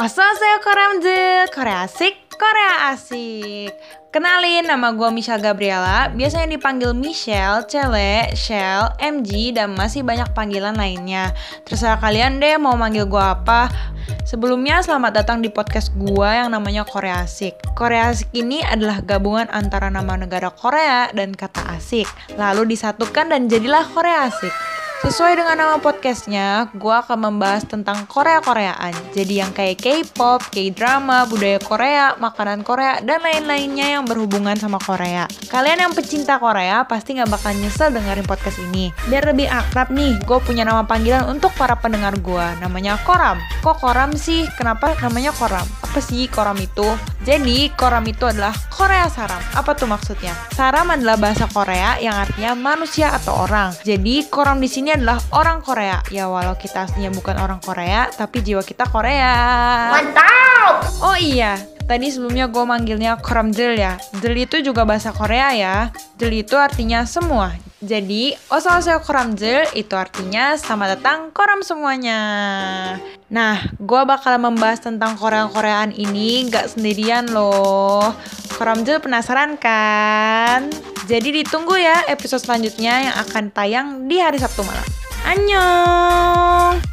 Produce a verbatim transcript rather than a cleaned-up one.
Annyeonghaseyo Koreamjil, Korea asik, Korea asik. Kenalin, nama gue Michelle Gabriela, biasanya dipanggil Michelle, Cele, Shell, M G, dan masih banyak panggilan lainnya. Terserah kalian deh mau manggil gue apa. Sebelumnya selamat datang di podcast gue yang namanya Korea Asik. Korea Asik ini adalah gabungan antara nama negara Korea dan kata asik, lalu disatukan dan jadilah Korea Asik. Sesuai dengan nama podcastnya, gue akan membahas tentang Korea-Koreaan. Jadi yang kayak K-pop, K-drama, budaya Korea, makanan Korea, dan lain-lainnya yang berhubungan sama Korea. Kalian yang pecinta Korea pasti gak bakal nyesel dengerin podcast ini. Biar lebih akrab nih, gue punya nama panggilan untuk para pendengar gue. Namanya Koram. Kok Koram sih? Kenapa namanya Koram? Apa sih Koram itu? Jadi Koram itu adalah Korea Saram. Apa tuh maksudnya? Saram adalah bahasa Korea yang artinya manusia atau orang. Jadi Koram di sini adalah orang Korea. Ya walau kita aslinya bukan orang Korea, tapi jiwa kita Korea. Mantap! Oh iya, tadi sebelumnya gue manggilnya Koramjil ya. Jil itu juga bahasa Korea ya. Jil itu artinya semua. Jadi, Annyeonghaseyo Koreamjil itu artinya selamat datang Koram semuanya. Nah, gue bakal membahas tentang Korea-Koreaan ini gak sendirian loh. Koreamjil penasaran kan? Jadi ditunggu ya episode selanjutnya yang akan tayang di hari Sabtu malam. Annyeong!